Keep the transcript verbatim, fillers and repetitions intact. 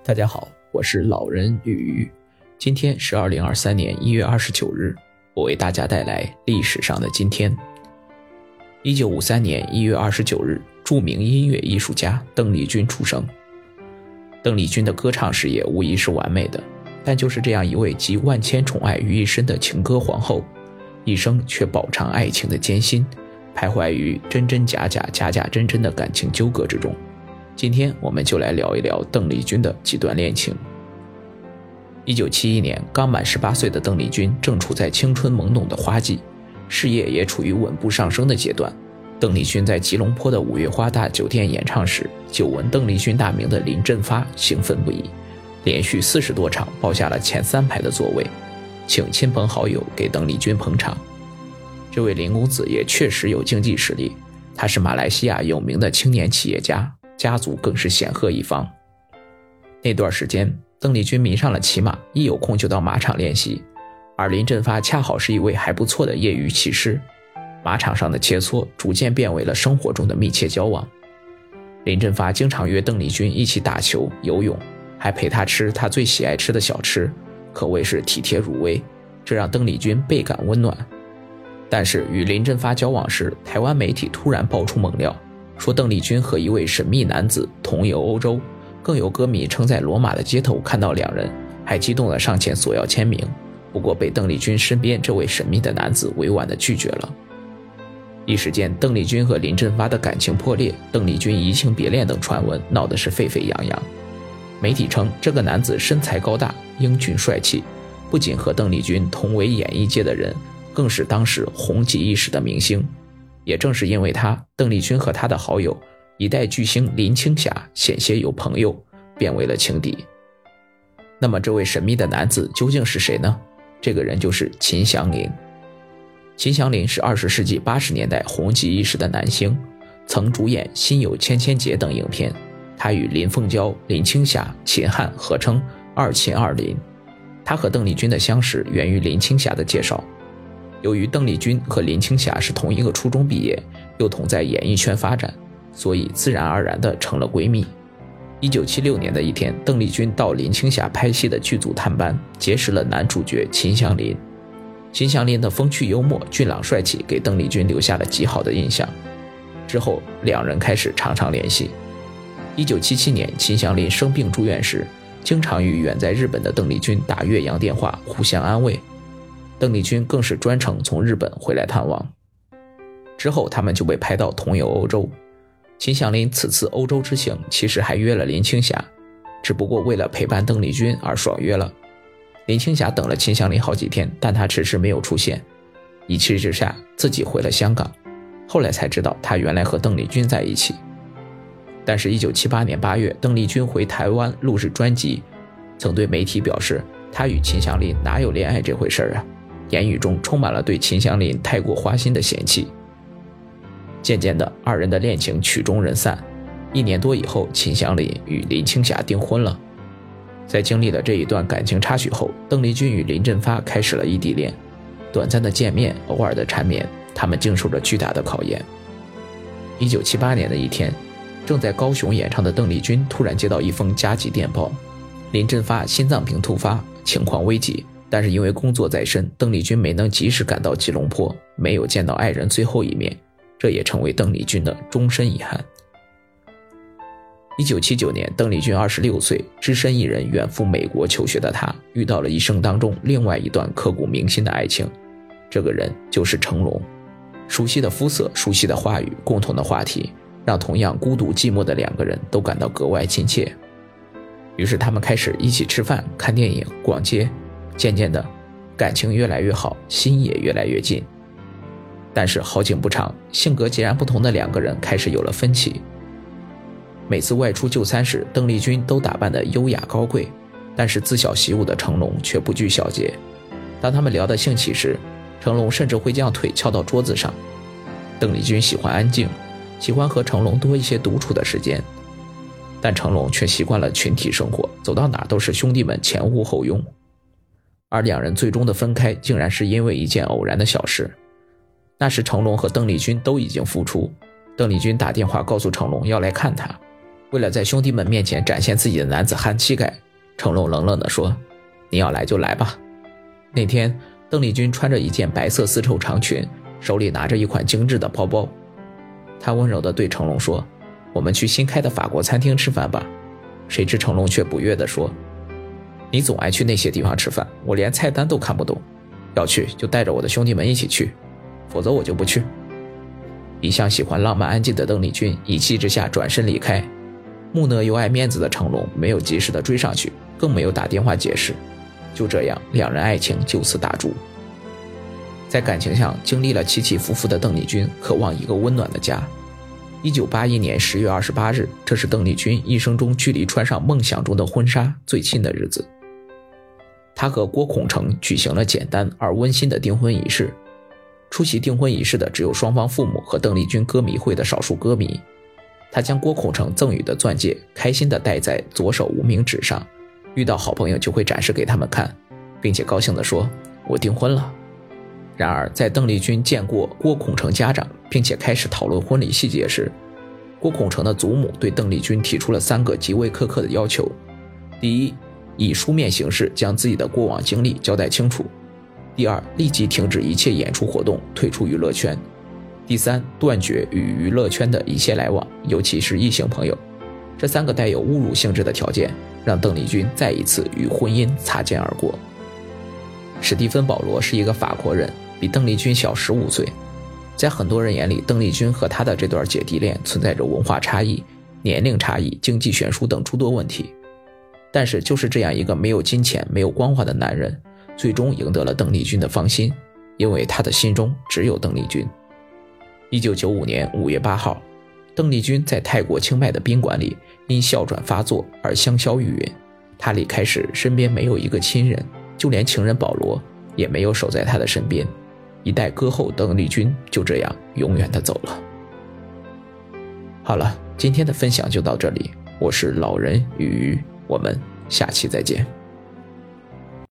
大家好，我是老人与鱼。今天是二零二三年一月二十九日，我为大家带来历史上的今天。一九五三年一月二十九日，著名音乐艺术家邓丽君出生。邓丽君的歌唱事业无疑是完美的，但就是这样一位集万千宠爱于一身的情歌皇后，一生却饱尝爱情的艰辛，徘徊于真真假假、假假真真的感情纠葛之中。今天我们就来聊一聊邓丽君的几段恋情。一九七一年，刚满十八岁的邓丽君正处在青春懵懂的花季，事业也处于稳步上升的阶段。邓丽君在吉隆坡的五月花大酒店演唱时，久闻邓丽君大名的林振发兴奋不已，连续四十多场报下了前三排的座位，请亲朋好友给邓丽君捧场。这位林公子也确实有经济实力，他是马来西亚有名的青年企业家，家族更是显赫一方。那段时间，邓丽君迷上了骑马，一有空就到马场练习，而林振发恰好是一位还不错的业余骑师。马场上的切磋逐渐变为了生活中的密切交往。林振发经常约邓丽君一起打球、游泳，还陪她吃她最喜爱吃的小吃，可谓是体贴入微，这让邓丽君倍感温暖。但是与林振发交往时，台湾媒体突然爆出猛料，说邓丽君和一位神秘男子同游欧洲，更有歌迷曾在罗马的街头看到两人，还激动地上前索要签名，不过被邓丽君身边这位神秘的男子委婉地拒绝了。一时间，邓丽君和林振发的感情破裂，邓丽君移情别恋等传闻闹得是沸沸扬扬。媒体称这个男子身材高大、英俊帅气，不仅和邓丽君同为演艺界的人，更是当时红极一时的明星。也正是因为他，邓丽君和他的好友一代巨星林青霞险些有朋友，变为了情敌。那么这位神秘的男子究竟是谁呢？这个人就是秦祥林。秦祥林是二十世纪八十年代红极一时的男星，曾主演《心有千千结》等影片。他与林凤娇、林青霞、秦汉合称二秦二林。他和邓丽君的相识源于林青霞的介绍。由于邓丽君和林青霞是同一个初中毕业，又同在演艺圈发展，所以自然而然地成了闺蜜。一九七六年的一天，邓丽君到林青霞拍戏的剧组探班，结识了男主角秦祥林。秦祥林的风趣幽默、俊朗帅气给邓丽君留下了极好的印象。之后两人开始常常联系。一九七七年，秦祥林生病住院时，经常与远在日本的邓丽君打越洋电话，互相安慰。邓丽君更是专程从日本回来探望。之后他们就被拍到同游欧洲。秦祥林此次欧洲之行其实还约了林青霞，只不过为了陪伴邓丽君而爽约了。林青霞等了秦祥林好几天，但他迟迟没有出现，一气之下自己回了香港。后来才知道他原来和邓丽君在一起。但是一九七八年八月，邓丽君回台湾录制专辑，曾对媒体表示他与秦祥林哪有恋爱这回事啊，言语中充满了对秦祥林太过花心的嫌弃。渐渐的，二人的恋情曲终人散。一年多以后，秦祥林与林青霞订婚了。在经历了这一段感情插曲后，邓丽君与林振发开始了异地恋。短暂的见面，偶尔的缠绵，他们经受着巨大的考验。一九七八年的一天，正在高雄演唱的邓丽君突然接到一封加急电报，林振发心脏病突发，情况危急，但是因为工作在身，邓丽君没能及时赶到吉隆坡，没有见到爱人最后一面，这也成为邓丽君的终身遗憾。一九七九年，邓丽君二十六岁，只身一人远赴美国求学的她，遇到了一生当中另外一段刻骨铭心的爱情，这个人就是成龙。熟悉的肤色，熟悉的话语，共同的话题，让同样孤独寂寞的两个人都感到格外亲切。于是他们开始一起吃饭、看电影、逛街，渐渐的，感情越来越好，心也越来越近。但是好景不长，性格截然不同的两个人开始有了分歧。每次外出就餐时，邓丽君都打扮得优雅高贵，但是自小习武的成龙却不拘小节。当他们聊得兴起时，成龙甚至会将腿翘到桌子上。邓丽君喜欢安静，喜欢和成龙多一些独处的时间，但成龙却习惯了群体生活，走到哪都是兄弟们前呼后拥。而两人最终的分开，竟然是因为一件偶然的小事。那时成龙和邓丽君都已经复出，邓丽君打电话告诉成龙要来看他， 为了在兄弟们面前展现自己的男子汉气概，成龙冷冷地说：“你要来就来吧。”那天，邓丽君穿着一件白色丝绸长裙，手里拿着一款精致的包包。她温柔地对成龙说：“我们去新开的法国餐厅吃饭吧。”谁知成龙却不悦地说：“你总爱去那些地方吃饭，我连菜单都看不懂。要去就带着我的兄弟们一起去，否则我就不去。”一向喜欢浪漫安静的邓丽君一气之下转身离开。木讷又爱面子的成龙没有及时的追上去，更没有打电话解释。就这样，两人爱情就此打住。在感情上经历了起起伏伏的邓丽君渴望一个温暖的家。一九八一年十月二十八日，这是邓丽君一生中距离穿上梦想中的婚纱最近的日子。她和郭孔成举行了简单而温馨的订婚仪式。出席订婚仪式的只有双方父母和邓丽君歌迷会的少数歌迷。她将郭孔成赠予的钻戒开心地戴在左手无名指上，遇到好朋友就会展示给他们看，并且高兴地说：“我订婚了。”然而在邓丽君见过郭孔成家长并且开始讨论婚礼细节时，郭孔成的祖母对邓丽君提出了三个极为苛刻的要求。第一，以书面形式将自己的过往经历交代清楚。第二，立即停止一切演出活动，退出娱乐圈。第三，断绝与娱乐圈的一切来往，尤其是异性朋友。这三个带有侮辱性质的条件，让邓丽君再一次与婚姻擦肩而过。史蒂芬·保罗是一个法国人，比邓丽君小十五岁。在很多人眼里，邓丽君和他的这段姐弟恋存在着文化差异、年龄差异、经济悬殊等诸多问题。但是就是这样一个没有金钱、没有光环的男人，最终赢得了邓丽君的芳心，因为他的心中只有邓丽君。一九九五年五月八号，邓丽君在泰国清迈的宾馆里因哮喘发作而香消玉殒。她离开时身边没有一个亲人，就连情人保罗也没有守在她的身边。一代歌后邓丽君就这样永远地走了。好了，今天的分享就到这里，我是老人与鱼，我们下期再见。